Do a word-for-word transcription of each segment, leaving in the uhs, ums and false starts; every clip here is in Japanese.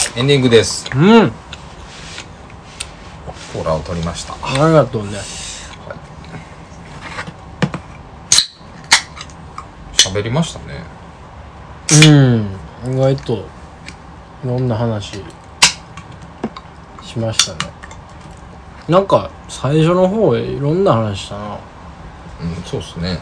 エンディングです。 うん。 コーラを取りました。 ありがとうね。 喋、はい、りましたね。 うん。意外といろんな話しましたね。なんか最初の方へいろんな話したな。 うん、そうっすね。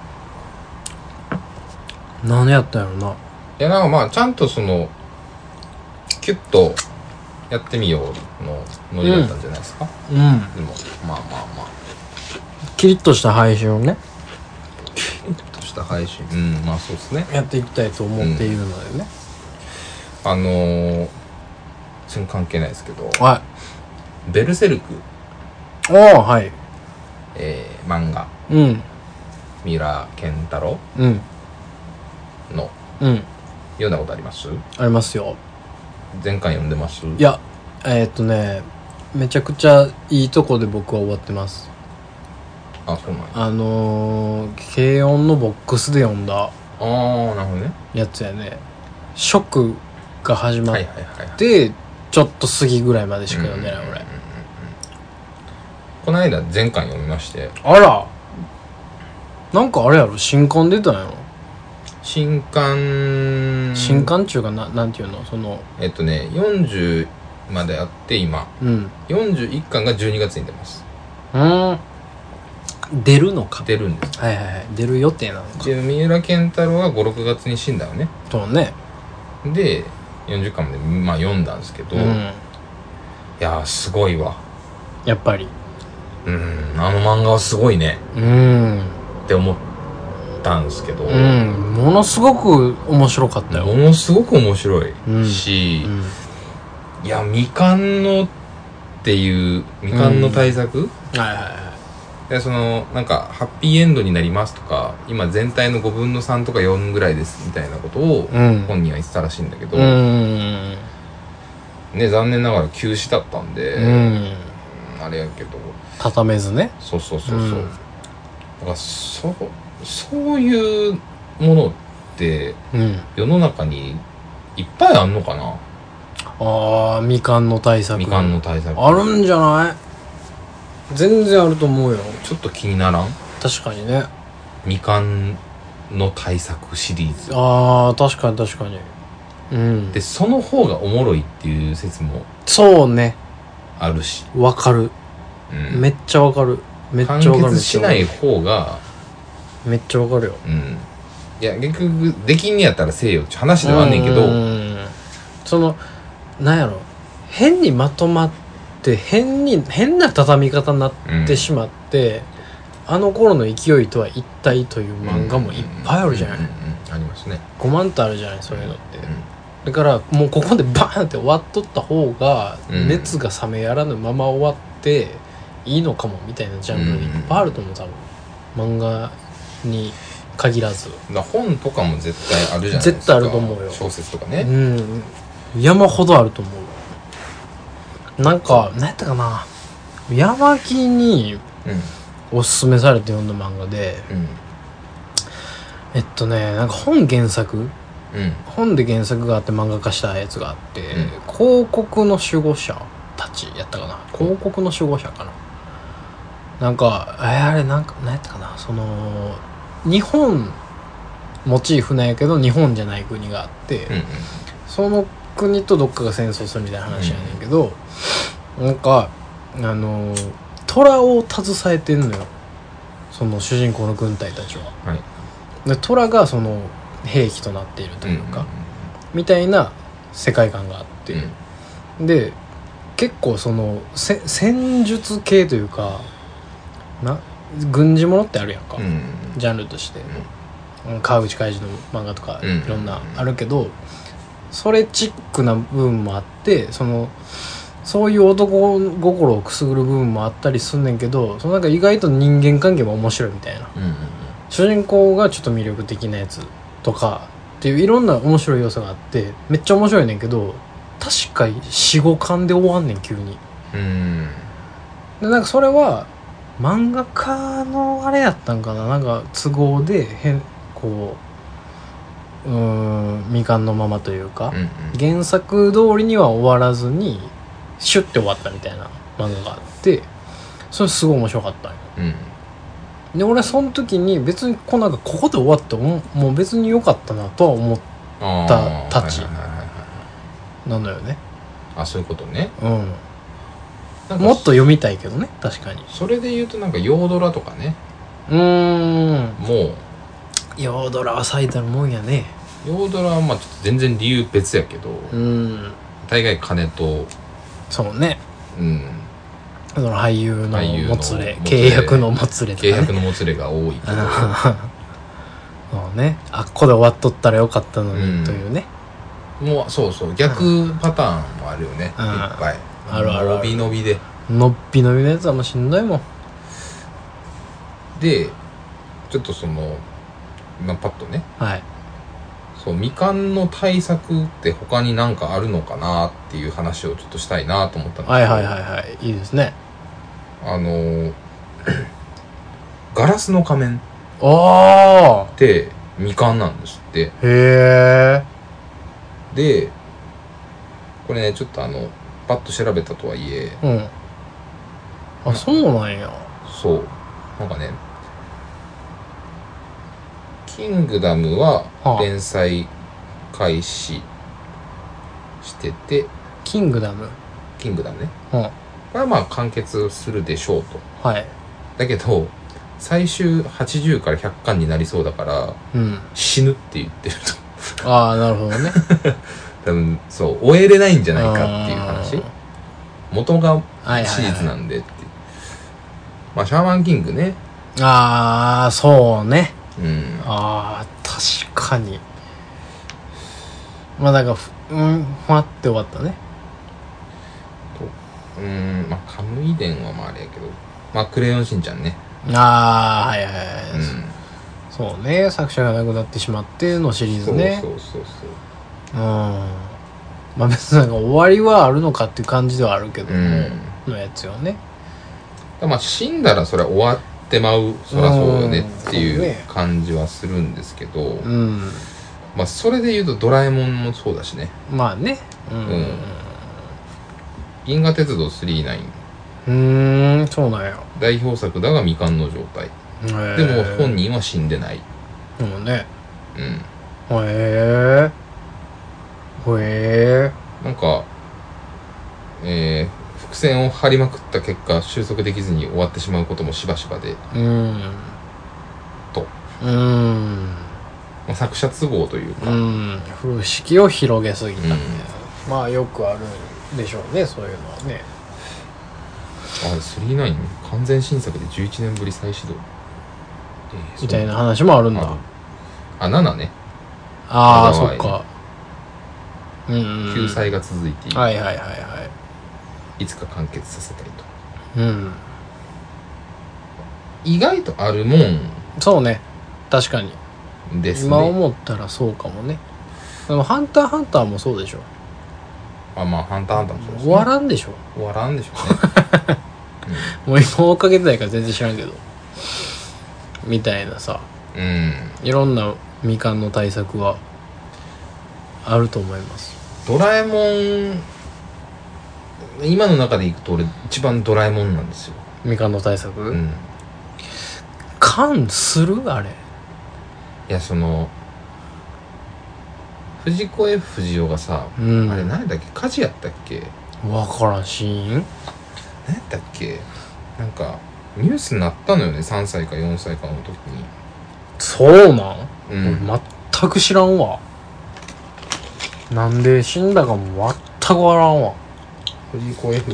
何やったんやろな。 いや、なんかまあちゃんとそのキュッとやってみようのノリだったんじゃないですか。 うん。うん、 でもまあまあまあキリッとした配信をね。 キリッとした配信、うん、まあそうですね。 やっていきたいと思っているのでね。 うん、あのー、全然関係ないですけど。 はい。 ベルセルク。 おー、はい。 えー、漫画。 うん。 三浦健太郎。 うん。 の。 うん。 読んだことあります？ ありますよ。 前回読んでます？ いや、えー、っとね、めちゃくちゃいいとこで僕は終わってます。 あ、そうなんや。 あのー、軽音のボックスで読んだ。 あー、なるほどね。 やつやね。ショックが始まって、 はいはいはいはい、 ちょっと過ぎぐらいまでしか読んでない、俺。 この間前巻読みまして。 あら、なんかあれやろ、新刊出たんやろ。 新刊新刊中がな、なんていうの、そのえっとねよんじゅうまであって今、うん、よんじゅういっかんがじゅうにがつに出ます。 うん、出るのか。 出るんです。 はいはいはい、出る予定なのか。 で三浦健太郎はごろくがつに死んだよね。 そうね。 でよんじゅっかんまでまあ読んだんですけど、うん、いやーすごいわ、 やっぱり。 うん、あの漫画はすごいね、うんって思ったんですけど、うん、 ものすごく面白かったよ。 ものすごく面白いし、うんうん、いや未完のっていう未完の対策、うん、はいはいはい、でそのなんかハッピーエンドになりますとか、今全体のごぶんのさんとかよんぐらいですみたいなことを本人は言ってたらしいんだけど、うん、ね、残念ながら休止だったんで、うん、あれやけど畳めずね。 そうそうそうそう、うん、だからそそういうものって世の中にいっぱいあんのかな。 あー、みかんの対策。 みかんの対策あるんじゃない？全然あると思うよ。 ちょっと気にならん？ 確かにね。 みかんの対策シリーズ。 あー、確かに確かに。うん。 でその方がおもろいっていう説もそうね、 あるし。 わかる、うん、めっちゃわかる。めっちゃわかる。 完結しない方がめっちゃわかるよ。 うん。いや結局できんねやったらせえよって話ではあんねんけど、うん、 そのなんやろ、変にまとまって変に変な畳み方になってしまって、うん、あの頃の勢いとは一体という漫画もいっぱいあるじゃない。うんうんうんうん、 ありますね。 ごまんとあるじゃない、そういうのって、うん、だからもうここでバーンって終わっとった方が熱が冷めやらぬまま終わっていいのかもみたいなジャンルいっぱいあると思う、多分漫画に限らず。 だ本とかも絶対あるじゃないですか。 絶対あると思うよ。 小説とかね、 うん、山ほどあると思う。なんか何やったかな、山木におすすめされて読んだ漫画で、うん、えっとねなんか本原作、うん、本で原作があって漫画化したやつがあって、うん、広告の守護者たちやったかな、広告の守護者かな、なんかえー、あれなんか何やったかな、その日本モチーフなんやけど日本じゃない国があって、うんうん、その国とどっかが戦争するみたいな話やねんけど、うん、なんかあの虎を携えてんのよ、その主人公の軍隊たちは、はい、で虎がその兵器となっているというか、うんうんうん、みたいな世界観があって、うん、で結構その戦術系というかな、軍事ものってあるやんか、うんうん、ジャンルとして、うん、川口海二の漫画とかいろんなあるけど、うんうんうん、それチックな部分もあって、そのそういう男心をくすぐる部分もあったりすんねんけど、そのなんか意外と人間関係も面白いみたいな、うんうんうん、主人公がちょっと魅力的なやつとかっていういろんな面白い要素があってめっちゃ面白いねんけど、確か よん,ご 巻で終わんねん急に。うんでなんかそれは漫画家のあれやったんかな、なんか都合で変こうーん未完のままというか、うんうん、原作通りには終わらずにシュッて終わったみたいな漫画があってそれすごい面白かったんよ、うん、で俺その時に別にこうなんかここで終わってももう別に良かったなとは思ったたちなんだよね。 あ、そういうことね。 うんもっと読みたいけどね。確かにそれで言うとなんかヨードラとかね。 うーんもうヨードラは最たるもんやね。 ヨードラはまあちょっと全然理由別やけど、 うん大概金とそうねうんその俳優のもつれ契約のもつれとか、ね、 契約のもつれが多いけどそうねあっこで終わっとったらよかったのに、うん、というね。 もうそうそう逆パターンもあるよね、うん、いっぱいあるあるある。 伸び伸びでのっぴ伸びのやつはもうしんどいもんでちょっとその今パッとね、 はい、 そう未完の対策って他に何かあるのかなっていう話をちょっとしたいなと思ったんですけど。 はいはいはいはいいいですね。 あのガラスの仮面って未完なんですって。 へえ。 でこれねちょっとあのパッと調べたとはいえ、 うん、あそうなんや。 そうなんかねキングダムは連載開始してて、はあ、 キングダムキングダムね、 はあ、 これはまあ完結するでしょうと。 はいだけど最終はちじゅうからひゃっかんになりそうだから、うん、死ぬって言ってるとああなるほどね多分そう終えれないんじゃないかっていう話。元が史実なんでって、はいはいはい、まあシャーマンキングね。 ああそうね、 うん、 ああ確かにまあなんかふうんふわって終わったねと。うんまあカムイ伝はまああれやけどまあクレヨンしんちゃんね。 ああはいはいはい、うん、そうね作者が亡くなってしまってのシリーズね。 そうそうそうそううんまあ別になんか終わりはあるのかっていう感じではあるけども、うん、のやつよね。 まあ死んだらそれは終わってまうそりゃそうよねっていう感じはするんですけど、うん、まあそれで言うとドラえもんもそうだしね。 まあねうん、うん、 銀河鉄道スリーナインうーんそうなんや代表作だが未完の状態でも本人は死んでない。 そうねうんへえへえなんかえー、伏線を張りまくった結果収束できずに終わってしまうこともしばしばでうんとうん、 まあ、作者都合というかうん風式を広げすぎたみたいな、うん、まあよくあるんでしょうねそういうのはね。 あれスリーナイン完全新作でじゅういちねんぶり再始動、 えー、みたいな話もあるんだ。あ, あななねああそっかうんうん救済が続いている。 はいはいはいはいいつか完結させたいと。 うん意外とあるもんそうね確かにですね。 今思ったらそうかもね。でもハンターハンターもそうでしょ。 あまあハンターハンターもそうですね。 終わらんでしょ終わらんでしょうね、 うん、もう今追っかけてないから全然知らんけどみたいなさ、 うん、 いろんな未完の対策はあると思います。 ドラえもん今の中でいくと俺一番ドラえもんなんですよ未完の対策。 うん、 完するあれ。 いやその藤子 F 不二雄がさ、うん、あれ何だっけ火事やったっけわからんシーン何やったっけなんかニュースになったのよねさんさいかよんさいかの時に。 そうなん、 うん、 俺全く知らんわ。なんで死んだかも全くわからんわ。 藤子 F 不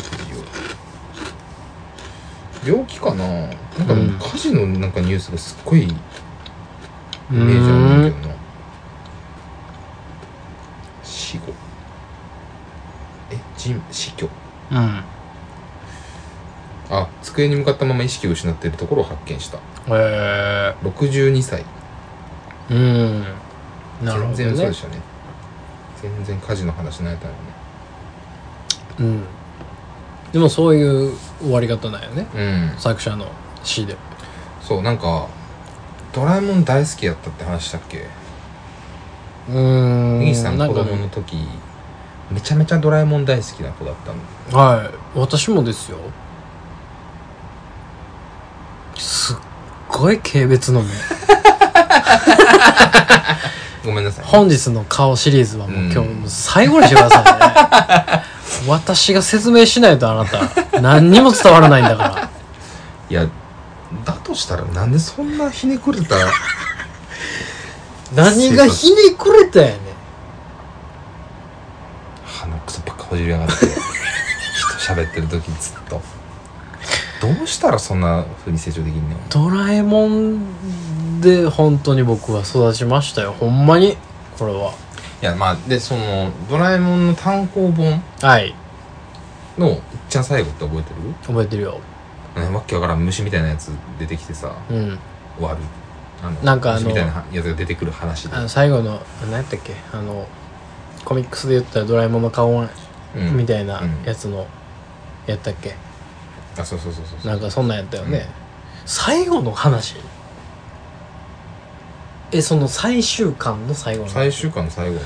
二雄病気かななんか、うん、火事のなんかニュースがすっごいイメージあるんだけどな。死後え人死去うんあ机に向かったまま意識を失っているところを発見した。へえろくじゅうにさい。 うんなるほどね。 全然そうでしたね。全然火事の話ないたのね。 うんでもそういう終わり方なんよね、 うん、 作者の詩で。 そうなんかドラえもん大好きやったって話したっけ。 うーん根岸さん子供の時めちゃめちゃドラえもん大好きな子だったの。 はい私もですよ。すっごい軽蔑の目ごめんなさい、ね、 本日の顔シリーズはもう今日もう最後にしてくださいね私が説明しないとあなた何にも伝わらないんだから。 いやだとしたらなんでそんなひねくれた何がひねくれたやねん。 鼻くそばっかほじりやがって人喋ってる時ずっとどうしたらそんな風に成長できんねん。 ドラえもんで本当に僕は育ちましたよほんまにこれは。 いやまあでそのドラえもんの単行本はいのいっちゃん最後って覚えてる？ 覚えてるよ、 ね、わっけわからん虫みたいなやつ出てきてさ、 うん、 終わるあのなんかあの虫みたいなやつが出てくる話で、 あの最後の何やったっけあのコミックスで言ったらドラえもんの顔、うん、みたいなやつの、うん、やったっけ。 あそうそうそうそうなんかそんなんやったよね、うん、最後の話えその最終巻の最後の最終巻の最後の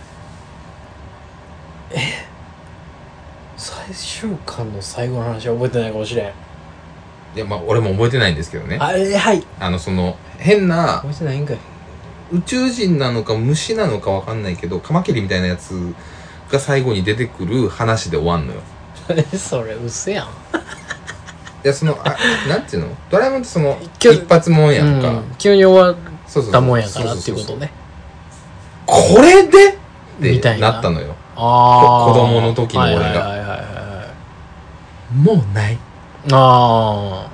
え最終巻の最後の話は覚えてないかもしれん。 いやまあ俺も覚えてないんですけどね。 あれはいあのその変な覚えてないんかい宇宙人なのか虫なのかわかんないけどカマキリみたいなやつが最後に出てくる話で終わんのよ。 えそれうせやん。 いやそのあなんていうのドラえもんってその一発もんやんか、うん、 急に終わったもんやからっていうことね。 これでってなったのよ。 あ子供の時の俺が、 はいはいはいはいはい、 もうないああ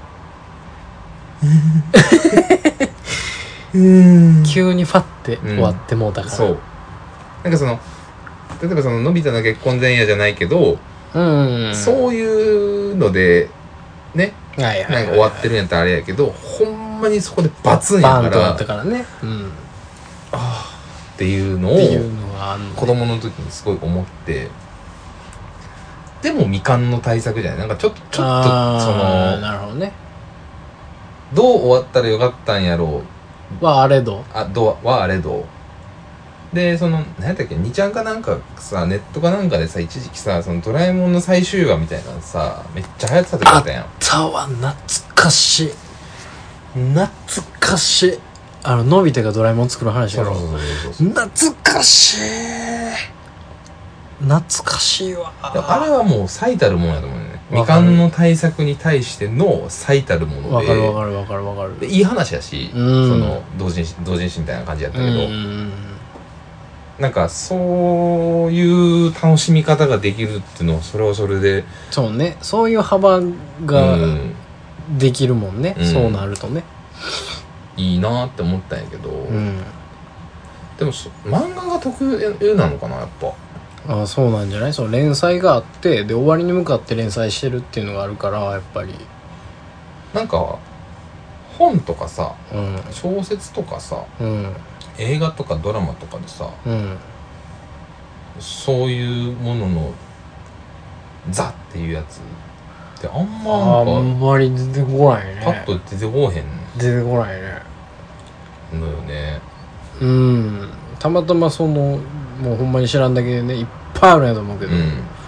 急にファって終わってもうたから、 うん、そうなんかその例えばそののび太の結婚前夜じゃないけど、 うんうん、 そういうのでね、 はいはいはいはい、 なんか終わってるんやったらあれやけどほんまにそこでバツンやからバンとなったからね、うん、 ああっていうのを子供の時にすごい思って、でも未完の対策じゃないなんかちょっとちょっとそのなるほどねどう終わったらよかったんやろうはあれどあどうはあれどでその何やったっけにちゃんかなんかさネットかなんかでさ一時期さそのドラえもんの最終話みたいなのさめっちゃ流行ってた時あったやん。 あったわ懐かしい懐かしいあののび太がドラえもん作る話やろ。 そうそうそうそう懐かしい懐かしいわ。 あれはもう最たるもんやと思うね。未完の対策に対しての最たるものでわかるわかるわかるわかる。 いい話やし、その同人誌同人誌みたいな感じやったけど、んなんかそういう楽しみ方ができるっていうのはそれはそれでそうねそういう幅ができるもんね、うん、そうなるとねいいなって思ったんやけど、うん、でも漫画が得意なのかなやっぱ。 ああそうなんじゃない。その連載があってで終わりに向かって連載してるっていうのがあるからやっぱりなんか本とかさ、 うん、 小説とかさ、 うん、映画とかドラマとかでさ、 うん、 そういうもののザっていうやつってあんまなんかあんまり出てこないね。 パッと出てこへん出てこないねのよね。 うんたまたまそのもうほんまに知らんだけでねいっぱいあるんやと思うけど、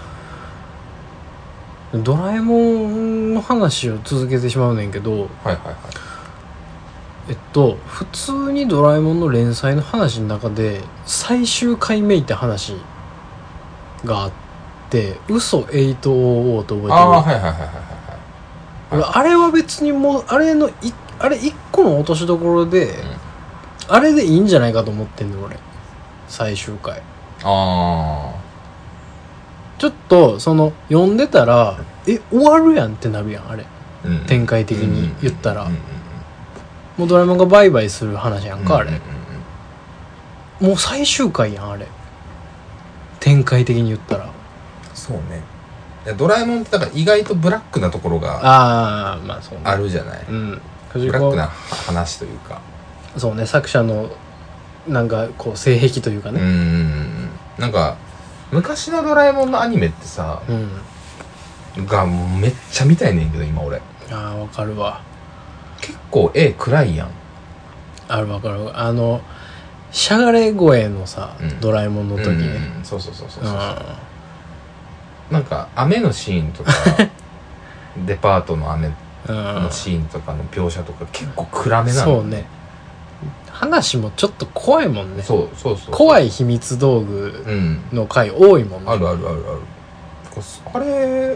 うん、ドラえもんの話を続けてしまうねんけど、はいはいはい、 えっと普通にドラえもんの連載の話の中で最終回めいって話があって嘘エイトオーオーと覚えてる。 ああはいはいはいはいはい、 俺あれは別にもうあれのいあれ一個の落としどころで、うん、あれでいいんじゃないかと思ってんの俺最終回。 ああちょっとその読んでたらえ終わるやんってなるやんあれ、うん、展開的に言ったら、うんうんうん、もうドラえもんがバイバイする話やんかあれ、うんうんうん、もう最終回やんあれ展開的に言ったら。 そうねドラえもんってだから意外とブラックなところがああまあそう、ね、 あるじゃない、うん、ブラックな話というかそうね作者のなんかこう性癖というかね。 うんなんか昔のドラえもんのアニメってさ、うん、がめっちゃ見たいねんけど今俺。 ああわかるわ。 結構絵暗いやん。 あるわかる。あのしゃがれ声のさ、 うん、 ドラえもんの時ね、 うんうん、そうそうそうそうそう、うん、なんか雨のシーンとかデパートの雨のシーンとかの描写とか結構暗めなの、 そうね、話もちょっと怖いもんね。 そうそうそう、 怖い秘密道具の回多いもんね、 うん、あるあるあるある、あれ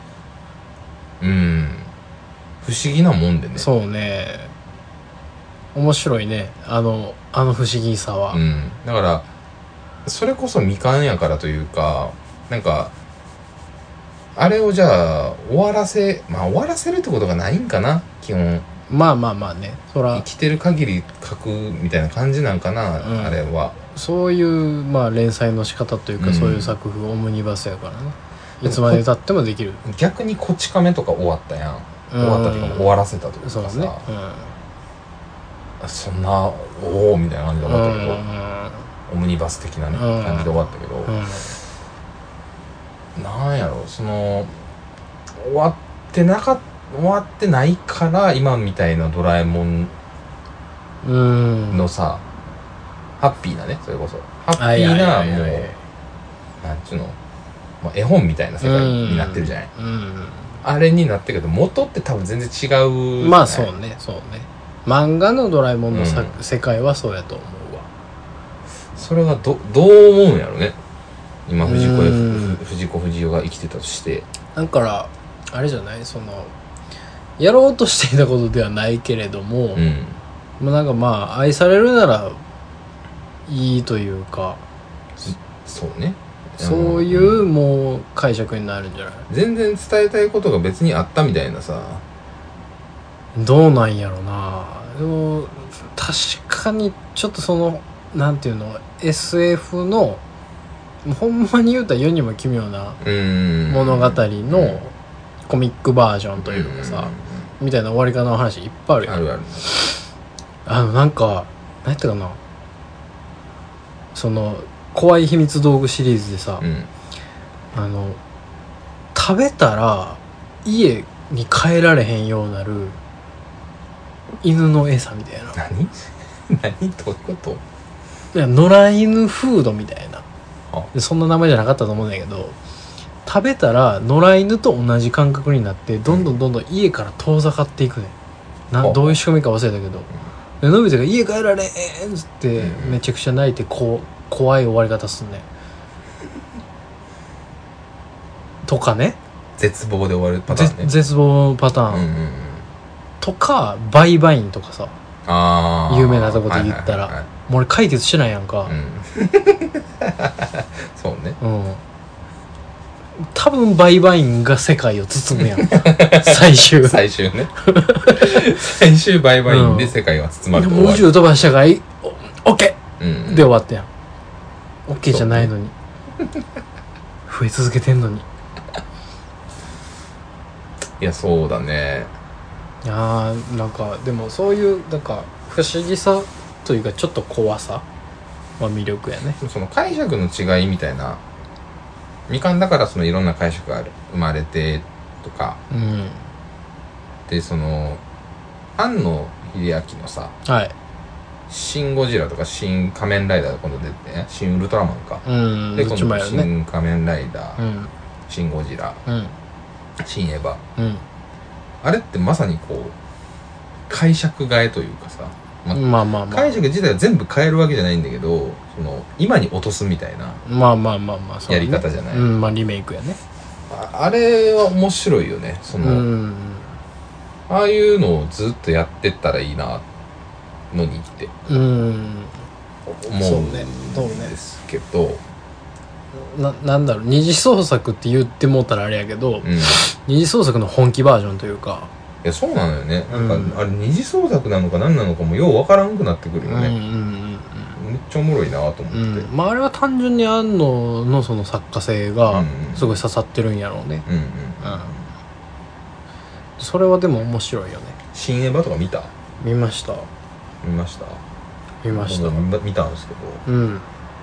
うん不思議なもんでね。 そうね、面白いね、あのあの不思議さは、 うん、だからそれこそ未完やからというか、なんかあれをじゃあ終わらせまあ終わらせるってことがないんかな、基本。 まあまあまあね、そら生きてる限り書くみたいな感じなんかな、うん、あれはそういうまあ連載の仕方というか、うん、そういう作風オムニバスやからね、いつまでたってもできる。 逆にこち亀とか終わったやん、終わったというか終わらせたというかさ、そうね、うん、そんなおおみたいな感じで終わったけど、オムニバス的なね感じで終わったけど、うん、なんやろ、その終わってなか終わってないから今みたいなドラえもんのさ、ハッピーなね、それこそハッピーなもうなんちゅうの、まあ、絵本みたいな世界になってるじゃない、うんうん、あれになってるけど元って多分全然違う。 まあそうねそうね、漫画のドラえもんのさ、うん、世界はそうやと思うわ。 それがどどう思うんやろね、今藤子藤子不二雄が生きてたとして。 だからあれじゃない、そのやろうとしていたことではないけれども、うん、もうなんかまあ愛されるならいいというか、 そうね、 そういうもう解釈になるんじゃない。 全然伝えたいことが別にあったみたいなさ。 どうなんやろな。でも確かにちょっとそのなんていうの エスエフ のほんまに言うたら世にも奇妙な物語のコミックバージョンというかさ、みたいな終わり方の話いっぱいあるよ。 あるある。 あのなんか何やったかな、その怖い秘密道具シリーズでさ、うん、あの食べたら家に帰られへんようになる犬の餌みたいな。 何何どういうこと？ いや野良犬フードみたいな。でそんな名前じゃなかったと思うんだけど、食べたら野良犬と同じ感覚になってどんどんどんどん家から遠ざかっていくね。などういう仕組みか忘れたけど、でのび太が家帰られへんっつってめちゃくちゃ泣いてこう怖い終わり方すんねとかね。 絶望で終わるパターンね。 絶望パターン、うんうんうん、とかバイバインとかさ、あ有名なとこで言ったら、はいはいはいはい、もう俺解決してないやんか、うん、 そうね、 うん、多分バイバインが世界を包むやん最終最終ね最終バイバインで世界は包まれて終わる、 もう宇宙飛ばしたからいいオッケー、うん、で終わったやん。オッケーじゃないのに、ね、増え続けてんのに。 いやそうだね。 いやーなんかでもそういうなんか不思議さというかちょっと怖さは魅力やね。 その解釈の違いみたいな、みかんだからそのいろんな解釈がある生まれてとか、うん、でその庵野秀明のさ、はい、シン・ゴジラとかシン・仮面ライダーが今度出てね、シン・ウルトラマンか、うん、で今度シン・仮面ライダー、うん、シン・ゴジラ、うん、シン・エヴァ、うん、あれってまさにこう解釈替えというかさ、ままあまあまあ、解釈自体は全部変えるわけじゃないんだけど、その今に落とすみたいなまあまあまあまあ、 やり方じゃない、 うん、まあリメイクやね。 あ, あれは面白いよね。その、うん、ああいうのをずっとやってったらいいなのにって思うんですけど、 な, なんだろう二次創作って言ってもうたらあれやけど、うん、二次創作の本気バージョンというか。 いやそうなのよね、うん、なんかあれ二次創作なのか何なのかもようわからんくなってくるよね、うんうんうん、めっちゃおもろいなと思って、 うん、まああれは単純に庵野のその作家性がすごい刺さってるんやろうね、うんうんうんうん、それはでも面白いよね。 新エヴァとか見た？ 見ました見ました見ました見たんですけど、うん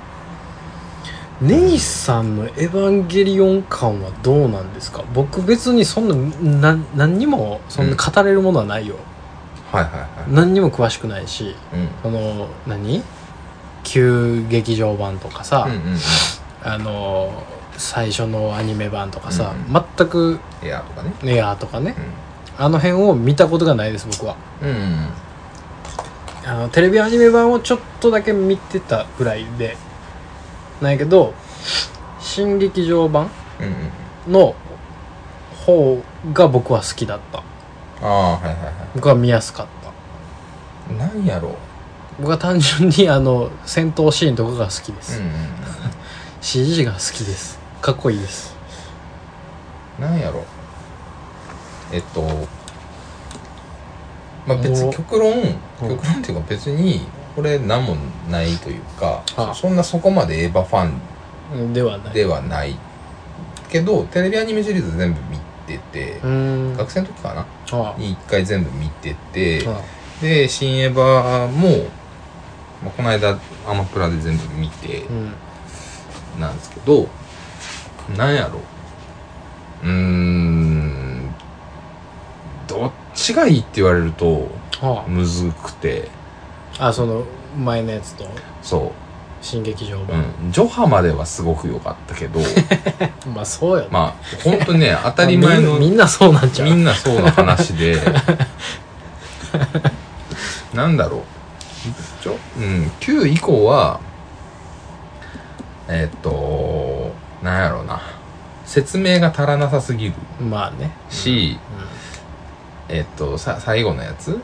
ネギさんのエヴァンゲリオン感はどうなんですか？僕別にそんな、な何にもそんな語れるものはないよ、 うん、はいはいはい、 何にも詳しくないし、うん、その何旧劇場版とかさ、 うんうんうん、 あの最初のアニメ版とかさ、 うんうん、 全くエアーとかねエアーとかね、うん、あの辺を見たことがないです僕は、うんうん、あのテレビアニメ版をちょっとだけ見てたぐらいでないけど新劇場版の方が僕は好きだった。 ああはいはいはい。 僕は見やすかった。 なんやろう。 僕は単純にあの戦闘シーンとかが好きです。うんうん、シージー が好きです。かっこいいです。 なんやろう。えっとまあ別に極論極論っていうか別にこれ何もないというか、そ, そんなそこまでエヴァファンではないではないけどテレビアニメシリーズ全部見てて、学生の時かなに一回全部見てて、で新エヴァも、まあ、この間アマプラで全部見て、うん、なんですけどなんやろうーんどっちがいいって言われるとむずくて、 ああその前のやつとそう新劇場版、 うん、ジョハまではすごく良かったけどまあそうやね。 まあ本当にね当たり前のみんなそうなんちゃう。 みんなそうな話でなんだろうちょ、うん、きゅう以降はえー、っとなんやろうな説明が足らなさすぎるまあねし、うんうん、えー、っとさ最後のやつ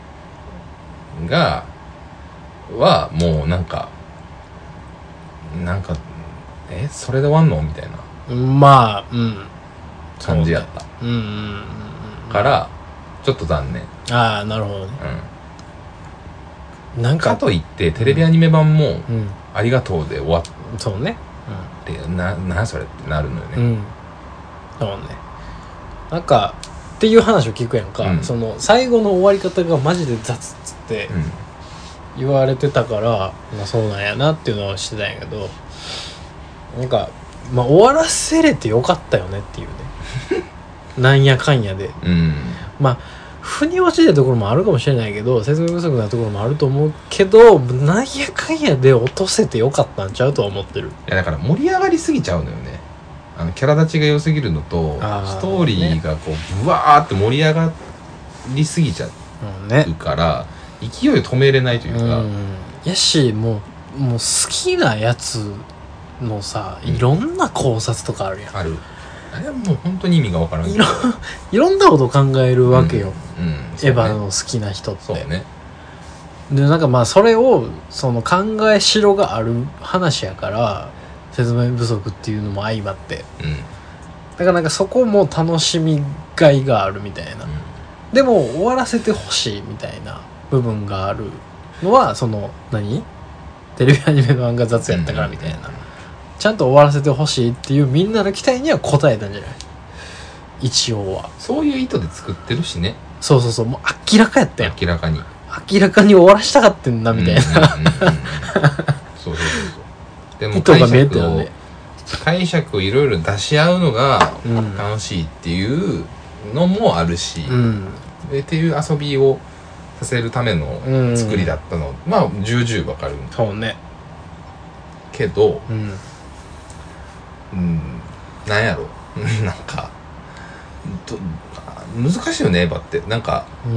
がはもうなんかなんかえそれで終わんのみたいなまあうん感じやった、うんうんうんうん、からちょっと残念。 ああなるほどね、 うん、なんかかといってテレビアニメ版も「ありがとう」で終わって、 うん、そうね、 うん、でななそれってなるのよね、うん、 そうねなんかっていう話を聞くやんか、うん、その最後の終わり方がマジで雑っつって言われてたから、まあ、そうなんやなっていうのはしてたんやけどなんか、まあ、終わらせれてよかったよねっていうねなんやかんやで、うん、まあ腑に落ちてるところもあるかもしれないけど説明不足なところもあると思うけどなんやかんやで落とせてよかったんちゃうとは思ってる。 いやだから盛り上がりすぎちゃうのよね。あのキャラ立ちが良すぎるのとストーリーがこうブワーって盛り上がりすぎちゃうから、うんね、勢いを止めれないというか、うん、 やしもう、もう好きなやつのさいろんな考察とかあるやん、 うん、あるあれはもう本当に意味が分からない。 いろいろんなこと考えるわけよ、うんうんね、エヴァの好きな人って。そうね。でなんかまあそれをその考えしろがある話やから説明不足っていうのも相まって、うん、だからなんかそこも楽しみがいがあるみたいな、うん、でも終わらせてほしいみたいな部分があるのはその何テレビアニメ版が雑やったからみたいな、うんうんうん、ちゃんと終わらせてほしいっていうみんなの期待には応えたんじゃない一応は。 そういう意図で作ってるしね。 そうそうそうもう明らかやったよ。 明らかに明らかに終わらしたかってんなみたいな、うんうんうんうん、そうそうそうでも解釈を、ね、解釈をいろいろ出し合うのが楽しいっていうのもあるし、うん、っていう遊びをさせるための作りだったの、うん、まあ重々わかる。 そうね。 けど、うん、うん、なんやろなんかど難しいよねエヴァってなんか、うん、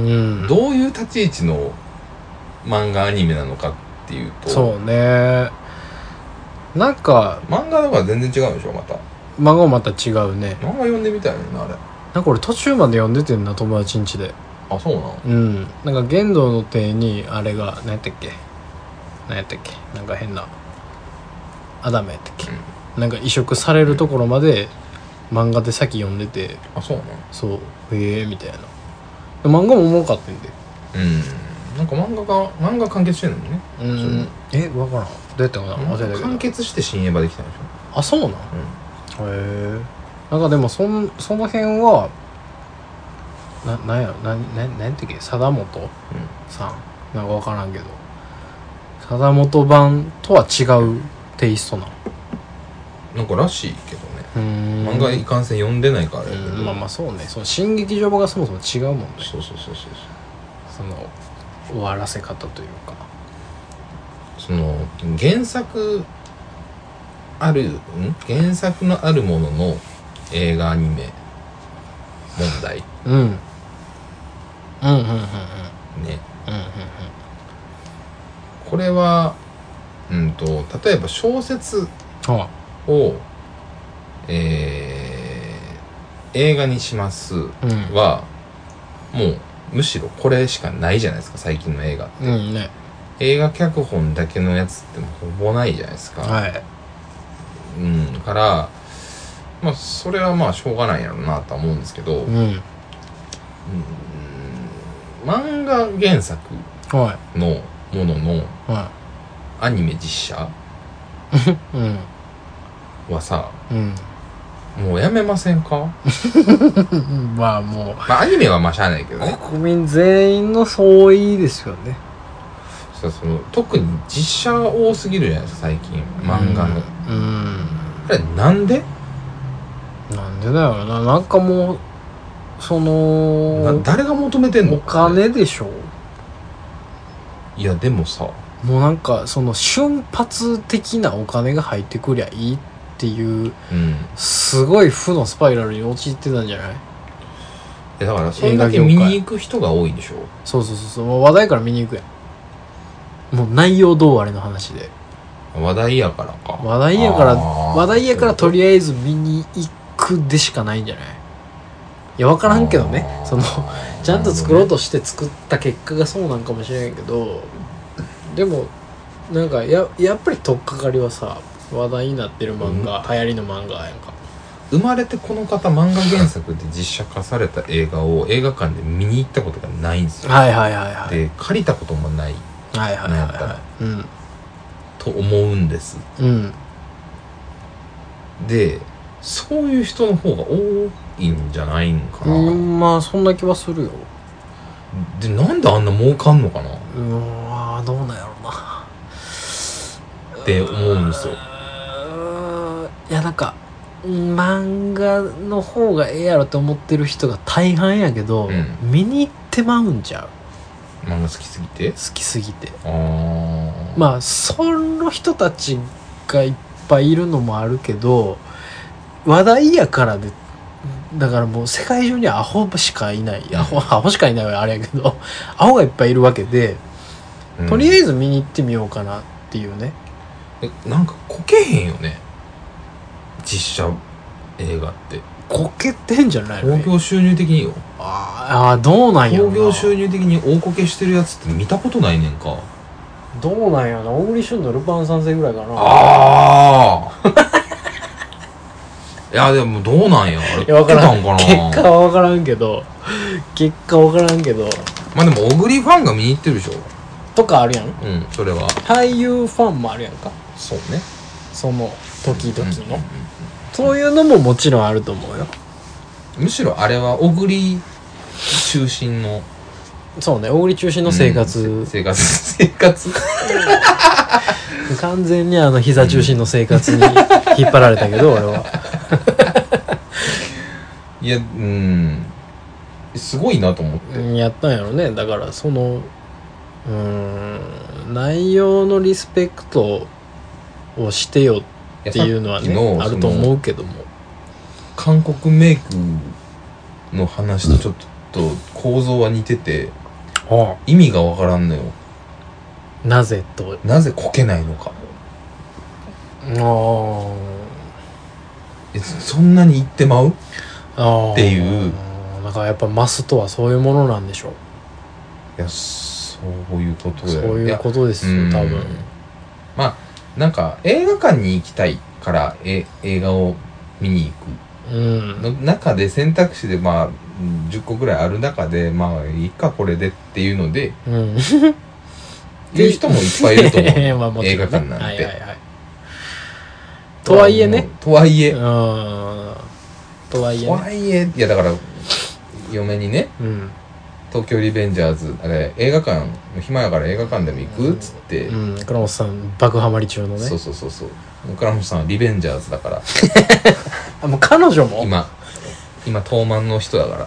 どういう立ち位置の漫画アニメなのかっていうと。 そうねなんか漫画とか全然違うでしょまた。 漫画もまた違うね。 漫画読んでみたいのなあれ。 なんか俺途中まで読んでてんな友達ん家で。 あそうなの。 うんなんか玄道の帝にあれが何やったっけ何やったっけなんか変なアダメやったっけ、うん、なんか移植されるところまで漫画で先読んでて。 あそうなの。 そうへえみたいな。漫画も重かったんで。 うんなんか漫画が漫画完結してんのね。 うんえ分からんどうやったかな忘れたけど完結して新エヴァできたんでしょ。あそうなん、うん、へえなんかでもそんその辺はななんやろなななんやったっけ貞本、うん、さんなんか分からんけど貞本版とは違うテイストななんからしいけどね。うん漫画いかんせん読んでないからやけど、 うん、まあまあそうねその新劇場版がそもそも違うもんね。 そうそうそうそうその終わらせ方というかそその原作あるん原作のあるものの映画アニメ問題、 うん、うんうんうんうんね、 うんうんうん、これはうんと例えば小説を、はあ、えー、映画にしますは、うん、もうむしろこれしかないじゃないですか最近の映画って、 うんね、 映画脚本だけのやつってもほぼないじゃないですか、 はい、 うん、からまあそれはまあしょうがないやろうなとは思うんですけど、うんうん、漫画原作のもののアニメ実写はさ、うん、もうやめませんかまあもう、 まあアニメはまあしゃあないけどね、 国民全員の総意ですよね。 その特に実写多すぎるじゃないですか最近漫画の、うん、うん、あれなんでなんでだよな、なんかもうその誰が求めてんの、 お金でしょ。 いやでもさ、 もうなんかその瞬発的なお金が入ってくりゃいいっていう、うん、すごい負のスパイラルに陥ってたんじゃない？ えだからそれだけ見に行く人が多いんでしょ。 そうそうそうそう、もう話題から見に行くやん。もう内容どうあれの話で、 話題やからか、 話題やから話題やからとりあえず見に行くでしかないんじゃない？いや分からんけどね、そのちゃんと作ろうとして作った結果がそうなんかもしれんけど、でもなんか や, やっぱり取っかかりはさ、話題になってる漫画、うん、流行りの漫画やんか。 生まれてこの方漫画原作で実写化された映画を映画館で見に行ったことがないんですよ。 はいはいはいはい。 で借りたこともない。 はいはいはいはい。うん。 と思うんです。うん。で、そういう人の方が多いんじゃないんかな。 うん、まあそんな気はするよ。 で、なんであんな儲かんのかな。 うーん、どうなんやろうな。 って思うんですよ。 いやなんか漫画の方がええやろって思ってる人が大半やけど、うん、見に行ってまうんちゃう。漫画好きすぎて？ 好きすぎて。あまあその人たちがいっぱいいるのもあるけど、話題やからで、だからもう世界中にアホしかいない、アホ、アホしかいないはあれやけど、アホがいっぱいいるわけで、うん、とりあえず見に行ってみようかなっていうね。 え、なんかこけへんよね、実写映画って。 こけてんじゃないの？ 興行収入的によ。 ああ、どうなんやろな。 興行収入的に大こけしてるやつって見たことないねんか。 どうなんやな。小栗旬のルパン三世ぐらいかな。 ああいやでもどうなんや。あれ、いや分からんかな。 結果は分からんけど結果は分からんけどまあでも小栗ファンが見に行ってるでしょとかあるやん。 うん、それは俳優ファンもあるやんか。 そうね、 その時々の、うんうんうん、そういうのももちろんあると思うよ。 むしろあれは小栗中心の、 そうね、小栗中心の生活、 うん、生活生活完全にあの膝中心の生活に引っ張られたけど俺はいや、うんすごいなと思って、 やったんやろね。だからそのうーん内容のリスペクトをしてよっていうのはねあると思うけども、 韓国メイクの話とちょっと構造は似てて、はあ、意味がわからんのよ。 なぜとなぜこけないのか。ああそんなに言ってまうっていう。 だからやっぱマスとはそういうものなんでしょう。 いやそういうことだよ。 そういうことですよ多分。 まあなんか映画館に行きたいからえ映画を見に行く、うん、の中で選択肢でまあじゅっこぐらいある中でまあいいかこれでっていうので、うん、いう人もいっぱいいると思うまあもちろんね、映画館なんて、はいはいはい、 とはいえねとはいえうんとはいえ、ね、 とはいえいやだから嫁にね、うん、東京リベンジャーズあれ映画館暇やから映画館でも行くっつって、 うんうん、倉本さん爆ハマり中のね。 そうそうそうそう倉本さんはリベンジャーズだからあもう彼女も今今東漫の人だから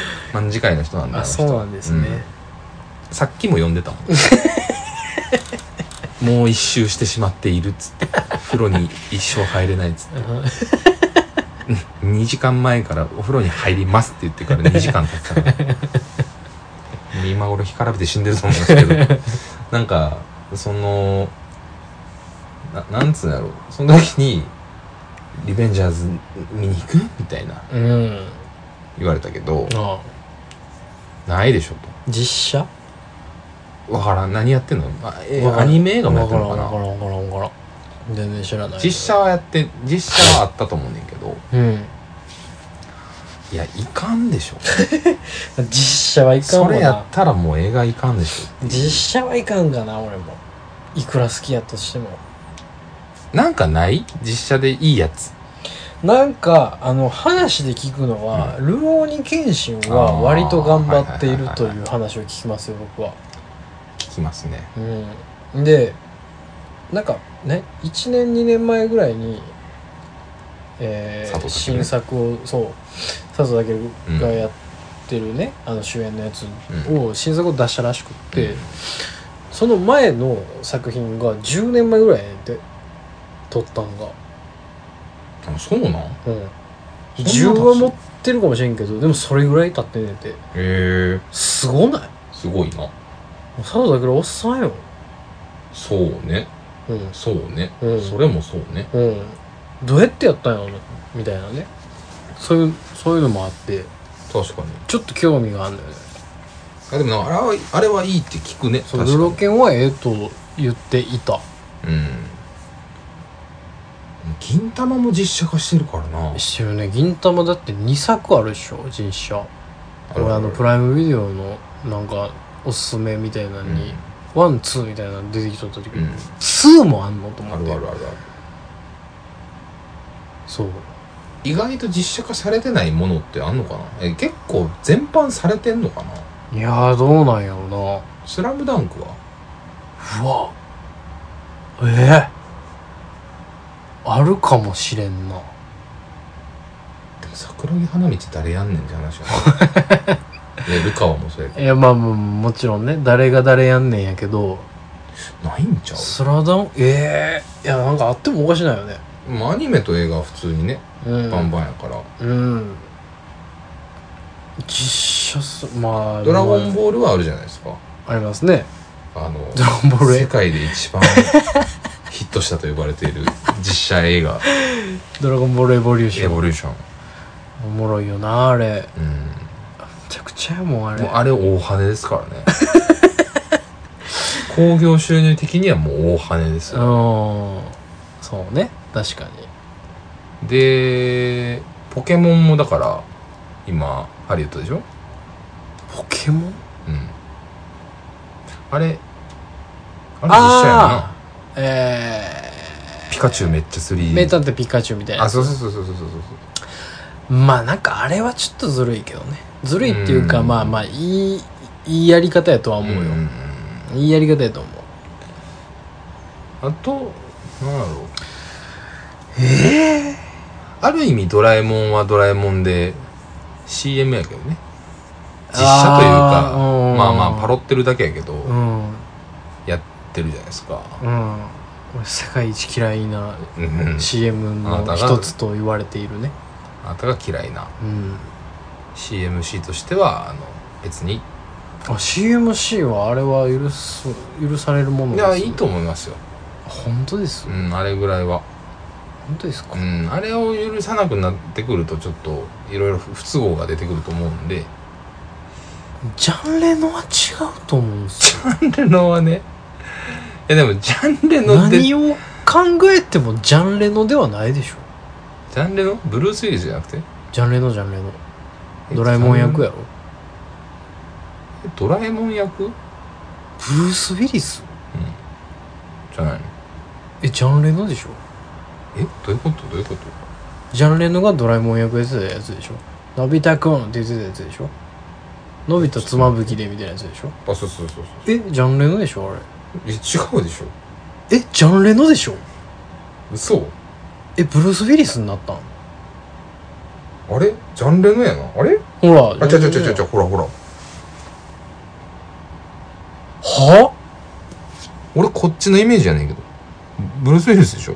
卍会の人なんだ。 あそうなんですね、 うん、さっきも読んでたもんもう一周してしまっているっつって風呂に一生入れないっつってにじかんまえからお風呂に入りますって言ってからにじかん経ってたから今頃干からびて死んでると思うんですけどなんかその な, なんつうんだろうその時にリベンジャーズ見に行くみたいな、うん、言われたけどああないでしょと実写わからん何やってんの、あえアニメ映画もやってんのかなわからんわからんわからん全然知らない実写はやって実写はあったと思うねんけど、うん、いやいかんでしょ実写はいかんわなそれやったらもう映画いかんでしょ実写はいかんかな俺もいくら好きやとしてもなんかない実写でいいやつなんかあの話で聞くのは、うん、ルローニケンシンは割と頑張っているという話を聞きますよ僕は聞きますね、 うん、でなんかねいちねんにねんまえぐらいに、えー、新作をそう佐藤健がやってるね、うん、あの主演のやつを、うん、新作を出したらしくって、うん、その前の作品がじゅうねんまえぐらいで撮ったんがあそうなん、 うん、じゅうは持ってるかもしれんけどでもそれぐらい経ってんねんてへえすごないすごいな佐藤健おっさんよそうね、うん、そうね、うん、それもそうね、 うん、どうやってやったんやろみたいなねそういうそういうのもあって確かにちょっと興味があるんだよねあでもなあれはあれはいいって聞くねそうルロケンはええと言っていたうん銀魂も実写化してるからなしてるね銀魂だってにさくあるでしょ実写俺あのプライムビデオのなんかおすすめみたいなのに、うん、ワンツーみたいなの出てきとった時に、うん、ツーもあんのと思ってあるあるあるあるそう意外と実写化されてないものってあんのかなえ結構全般されてんのかな。 いやーどうなんやろな。 スラムダンクはうわえー、あるかもしれんな。でも桜木花道誰やんねんって話はねルカワもそうやけどいやまあももちろんね誰が誰やんねんやけどないんちゃうスラダンええー、いやなんかあってもおかしないよね。 アニメと映画は普通にね、うん、バンバンやからうん実写すまあドラゴンボールはあるじゃないですか。 ありますね。 あのドラゴンボール世界で一番ヒットしたと呼ばれている実写映画ドラゴンボールエボリューションエボリューションおもろいよなあれ。うんめちゃくちゃやもんあれ。 もうあれ大跳ねですからね興行収入的にはもう大跳ねですよ。 うんそうね確かに。でポケモンもだから今ハリウッドでしょ。 ポケモンうんあれあれ実写やな。 えー、ピカチュウめっちゃ スリーディー名探偵ピカチュウみたいな。 あそうそうそうそうそうそうそうまあなんかあれはちょっとずるいけどね。ずるいっていうか、うん、まあまあいいいいやり方やとは思うよ、うん、いいやり方やと思う。 あとなんだろうええー、ある意味ドラえもんはドラえもんで シーエム やけどね。実写というかまあまあパロってるだけやけど、うん、やってるじゃないですか。うん俺世界一嫌いな シーエム の一つと言われているね。 あなたが嫌いな、うん、シーエムシー としてはあの別にあ シーエムシー はあれは許す許されるものです、 ね、いやいいと思いますよ。 本当です、 うん、あれぐらいは本当ですか、 うん、あれを許さなくなってくるとちょっといろいろ不都合が出てくると思うんで。 ジャンレノは違うと思うんですよ。ジャンレノはねいやでもジャンレノって何を考えてもジャンレノではないでしょ。 ジャンレノブルース・ウィリスじゃなくてジャンレノジャンレノドラえもん役やろ。 ドラえもん役ブルース・ウィリス、 うん、じゃないの。 えジャンレノでしょ。 えどういうことどういうこと。 ジャンレノがドラえもん役やってたやつでしょ。のび太くんって言ってたやつでしょ。のび太つまぶきでみたいなやつでしょ。 あそうそうそうそう。 えジャンレノでしょあれ。 え違うでしょ。 えジャンレノでしょ。 嘘。 えブルース・ウィリスになったん。 あれジャンレノやな。あれほらあちゃちゃちゃちゃちゃほらほらは俺こっちのイメージじゃねえけどブルース・ウィリスでしょ。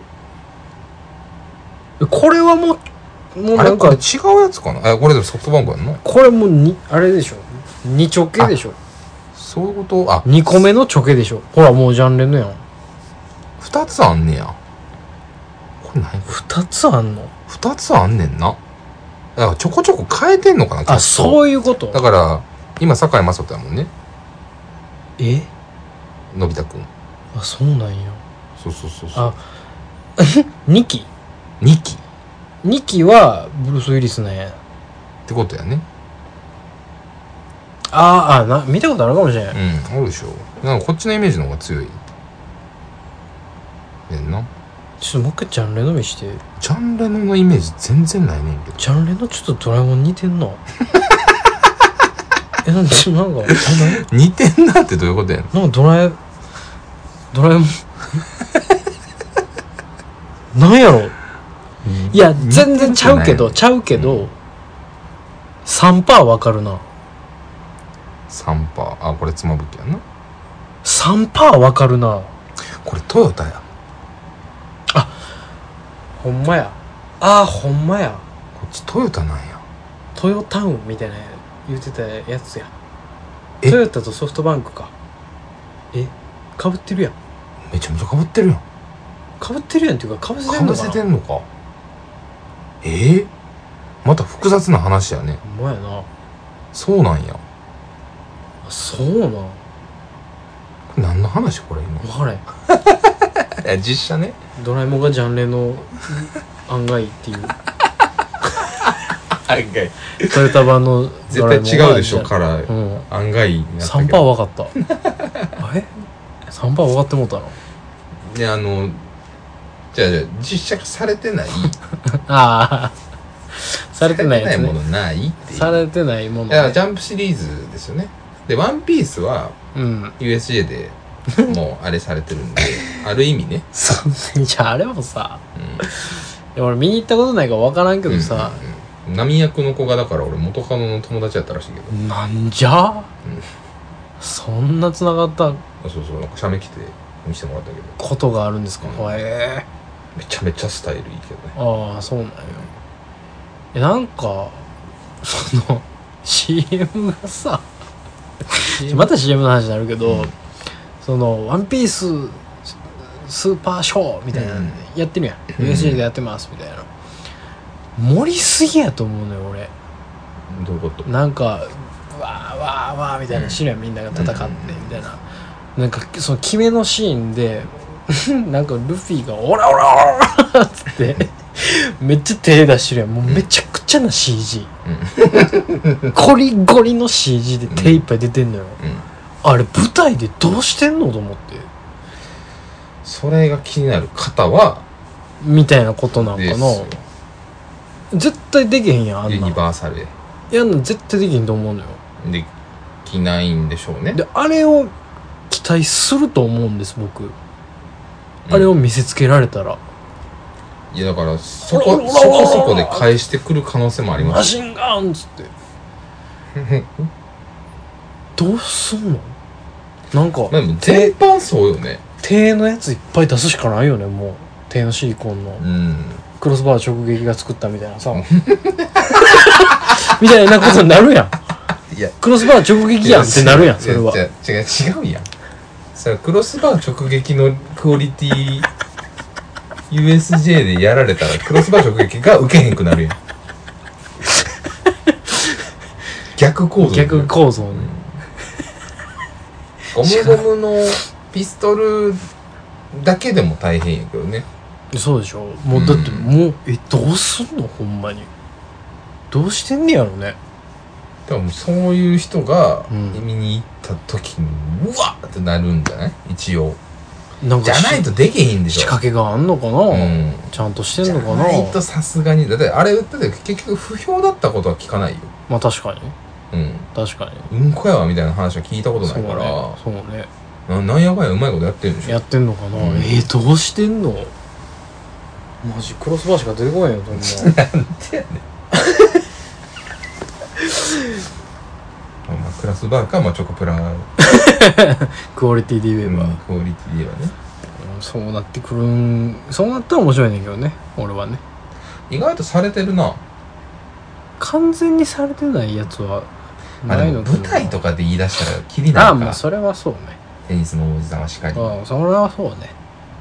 これはもうもうなんか違うやつかな。あこれでもソフトバンクやんな。 これもうにあれでしょにちょけでしょ。 そういうこと。あにこめのちょけでしょ。ほらもうジャンレノやん。 ふたつあんねや。これ何ふたつあんの。 ふたつあんねんな。だからちょこちょこ変えてんのかな。 あそういうこと。 だから今堺雅人やもんね。 えのび太くん。 あそうなんや。 そうそうそうそう。 あにきにきにきはブルース・ウィリスなんやってことやね。 あーあな見たことあるかもしれん。 うんあるでしょ。なんかこっちのイメージの方が強いねんな。 ちょっともう一回ジャンレノ見して。 ジャンレノのイメージ全然ないねんけど。 ジャンレノちょっとドラえもん似てんなえなんかなんか似てんなってどういうことやねん。 なんかドラえドラえもんなんやろ、うん、いや全然ちゃうけどちゃうけど、うん、さんパーセント わかるな。 さんパーセント あこれ妻夫木やな。 さんパーセント わかるな。 これトヨタや。 あほんまや。あほんまや。 こっちトヨタなんや。 トヨタウンみたいな言うてたやつや。トヨタとソフトバンクか。えかぶってるやん。 めちゃめちゃかぶってるやん。 かぶってるやんっていうかかぶせてんのかな。 かぶせてんのか。えー、また複雑な話やね。 ほんまやな。 そうなんや。 あそうなん。 これ何の話これ今。 分からへん。 いや実写ね。 ドラえもんがジャンレの案外っていう案外トヨタ版のドラえもん絶対違うでしょから、うん、案外になったけど さんパーセント分かったえ さんパーセント 分かってもうたの。 であのじゃあじゃあ実写化されてないああされてないやつ、ね、 されてないものないっていう。 されてないもの、 ね、いやジャンプシリーズですよね。でワンピースは ユーエスジェー でもうあれされてるんである意味ね。 そうじゃああれもさ、うん、いや俺見に行ったことないから分からんけどさ、 うんうんうん、波役の子がだから俺元カノの友達やったらしいけど。 なんじゃ、うん、そんな繋がったそうそうなんか写メ来て見せてもらったけどことがあるんですか。 うん、 へえめちゃめちゃスタイルいいけどね。 ああそうなんや。えなんかその シーエム がさまた シーエム の話になるけど、うん、そのワンピーススーパーショーみたいなのやってるやん、うん、ユーエスジェー でやってますみたいな。盛りすぎやと思うのよ俺。 どういうこと。なんかわーわーわーみたいなシーン、みんなが戦ってみたいな、なんかその決めのシーンでなんかルフィがオラオラオラっつってめっちゃ手出してるやん。もうめちゃくちゃな シージー、うん、ゴリゴリの シージー で手いっぱい出てんのよ、うん、あれ舞台でどうしてんのと思って。 それが気になる方はみたいなことなんかな。絶対できへんやんあんな。 ユニバーサルでやんの絶対できへんと思うのよ。 できないんでしょうね。 であれを期待すると思うんです僕、うん、あれを見せつけられたら。 いやだからそこそこそこで返してくる可能性もあります。 マシンガンっつってどうすんの。なんか全般そうよね。 手のやついっぱい出すしかないよね。もう手のシリコンの、うん、クロスバー直撃が作ったみたいなさみたいなことになるやん。いやクロスバー直撃やんってなるやん。それは違う違うやん。それクロスバー直撃のクオリティユーエスジェー でやられたらクロスバー直撃が受けへんくなるやん逆構造。 逆構造ね、 うん、ゴムゴムのピストルだけでも大変やけどね。 そうでしょ。もうだってもう、うん、えどうすんのほんまに。どうしてんねやろね。 でもそういう人が見に行った時に、うん、うわっってなるんじゃない一応。なんかじゃないとできへんでしょ。 仕掛けがあんのかな、うん、ちゃんとしてんのかな。 じゃないとさすがに。だってあれだって結局不評だったことは聞かないよ。 まあ確かに、 うん、 確かにうんこやわみたいな話は聞いたことないから。 そうね、そうね。 ななんやかんやうまいことやってるんでしょ。 やってんのかな、うん、えー、どうしてんのマジクロスバーしか出てこないよそんななんでやねんまあクラスバーか、まあ、チョコプラクオリティで言えば、 うん、クオリティで言えばね、 うん、そうなってくるん、そうなったら面白いねんけどね、俺はね。 意外とされてるな。 完全にされてないやつはないのかな。舞台とかで言い出したらキリないか。 ああ、まあそれはそうね。 テニスの王子様しかり。 ああ、それはそうね。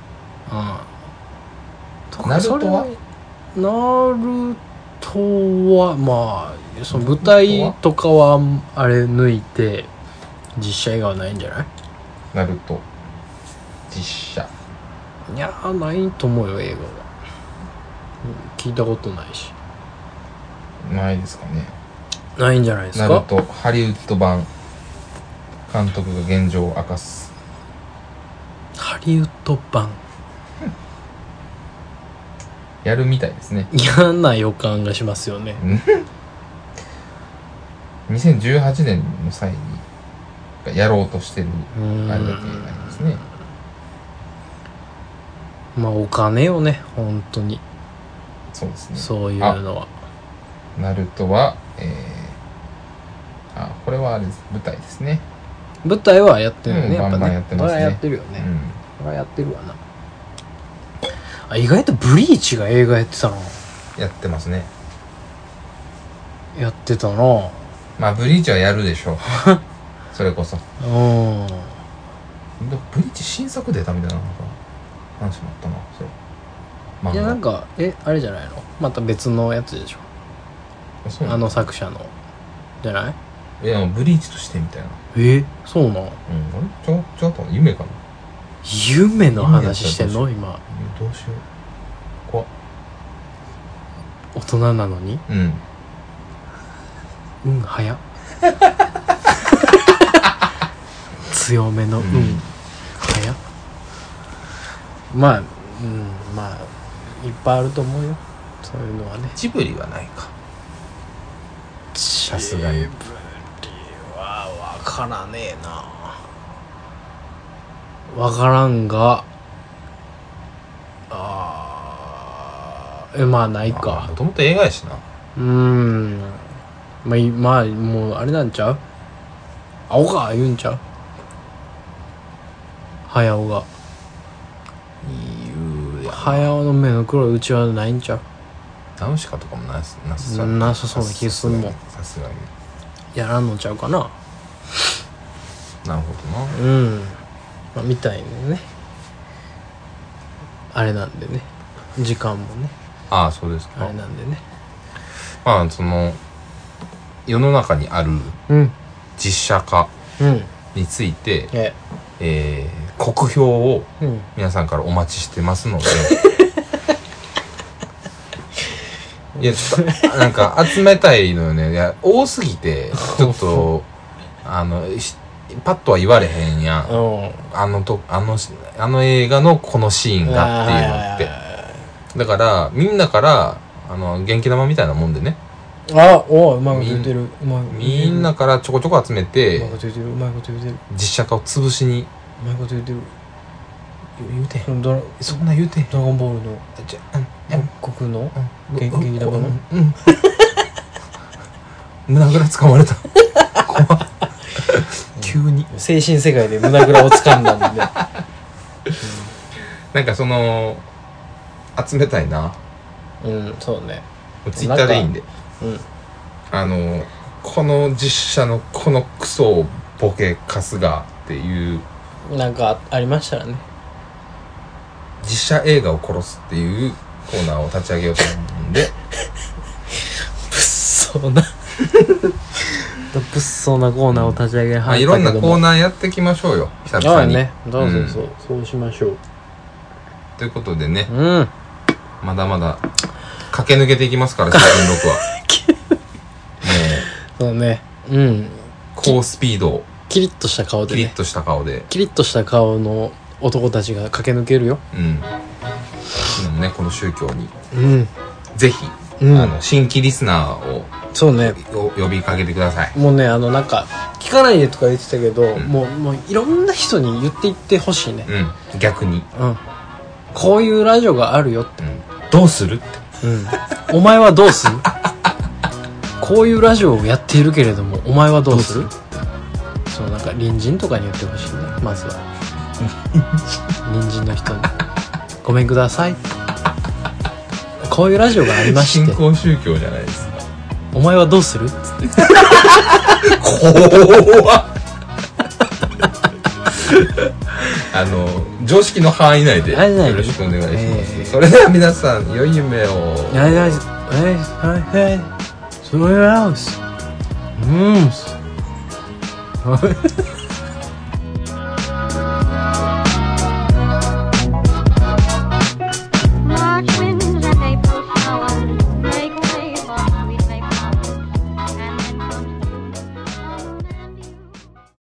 うん。 ナルトはナルトはまあその舞台とかはあれ抜いて実写映画はないんじゃない？ ナルト実写。 いやーないと思うよ、映画は。聞いたことないし。 ないですかね。 ないんじゃないですか。 ナルトハリウッド版、監督が現状を明かす。 ハリウッド版やるみたいですね。 嫌な予感がしますよね。 にせんじゅうはちねんの際にやろうとしてるあれだけありますね。 まあお金よね、本当に。 そうですね。 そういうのは。 ナルトは、えー、あ、これはあれです、舞台ですね。 舞台はやってるよね、 うん、 やっぱね。 バンバンやってますね。 これはやってるよね。うん、これはやってるわな。あ、意外とブリーチが映画やってたな。 やってますね。 やってたな。 まあブリーチはやるでしょう。それこそ。 うん。 ブリーチ新作出たみたいななんか話もあったな、それ。 いやなんかえあれじゃないの、また別のやつでしょ。あの作者のじゃない？ いやブリーチとしてみたいな。 えそうなん？うん、あれちょちょっと夢かな。 夢の話してんの今。 どうしよう。怖っ。 大人なのに。 うんうん早っ。強めのうん、うん、早っ。まあうんまあいっぱいあると思うよ、そういうのはね。 ジブリはないか、さすがに。ジブリは分からねえな。分からんが、あえまあないか。 もともと映画やしな。 うーんまあ、まあ、もうあれなんちゃう、青か言うんちゃう、早尾が言うやな。早尾の目の黒いうちはないんちゃう。 ナウシカとかもなさそうなさそうな気すんもん。 さすがにやらんのちゃうかな。 なるほどな。うん、まあ、みたいにね、あれなんでね、時間もね、 ああそうですか。 あれなんでね、 まあその世の中にある実写化について、うん、ええー、酷評を皆さんからお待ちしてますので、うん、いやちょっとなんか集めたいのよね。いや多すぎてちょっとあのパッとは言われへんやん、うん、あのとあのあの映画のこのシーンがっていうのって。だからみんなからあの元気玉みたいなもんでね、 あおうまいこと言ってる、うまいみんなからちょこちょこ集めて、 うまいこと言ってる、うまいこと言ってる、 実写化を潰しに、 うまいこと言ってる、 言うてそんな言うてドラゴンボールのじゃ、うん、国の元気玉のうん胸ぐらつかまれた。怖っ。急に精神世界で胸ぐらを掴んだんで、うん、 なんかその集めたいな。 うんそうね、 ツイッターでいいんで、うん、あのこの実写のこのクソボケカスがっていうなんかありましたらね、 実写映画を殺すっていうコーナーを立ち上げようと思うんで物騒な物騒なコーナーを立ち上げはったけども、 いろんなコーナーやっていきましょうよ久々に。 ああね、どうぞそう、うん、そうしましょうということでね、 うん、 まだまだ駆け抜けていきますからシーズンろくは。もうそうね、うん、 高スピード、 キリッとした顔で、ね、 キリッとした顔でキリッとした顔の男たちが駆け抜けるよ。うん。 でもね、この宗教に、 うん、 ぜひ、うん、あの新規リスナーをそうね呼びかけてください。 もうね、あのなんか聞かないでとか言ってたけど、うん、もうもういろんな人に言っていってほしいね。 うん。逆に。 うん。こういうラジオがあるよって。うん、 どうするって。 うん。お前はどうする？こういうラジオをやっているけれども、お前はどうする？そうなんか隣人とかに言ってほしいね。まずは隣人の人にごめんください、こういうラジオがありまして、 新興宗教じゃないですか。 お前はどうするっつって怖っあの常識の範囲内でよろしくお願いします、えー、それでは皆さん良い夢を。 はいはいはいはいそれはうん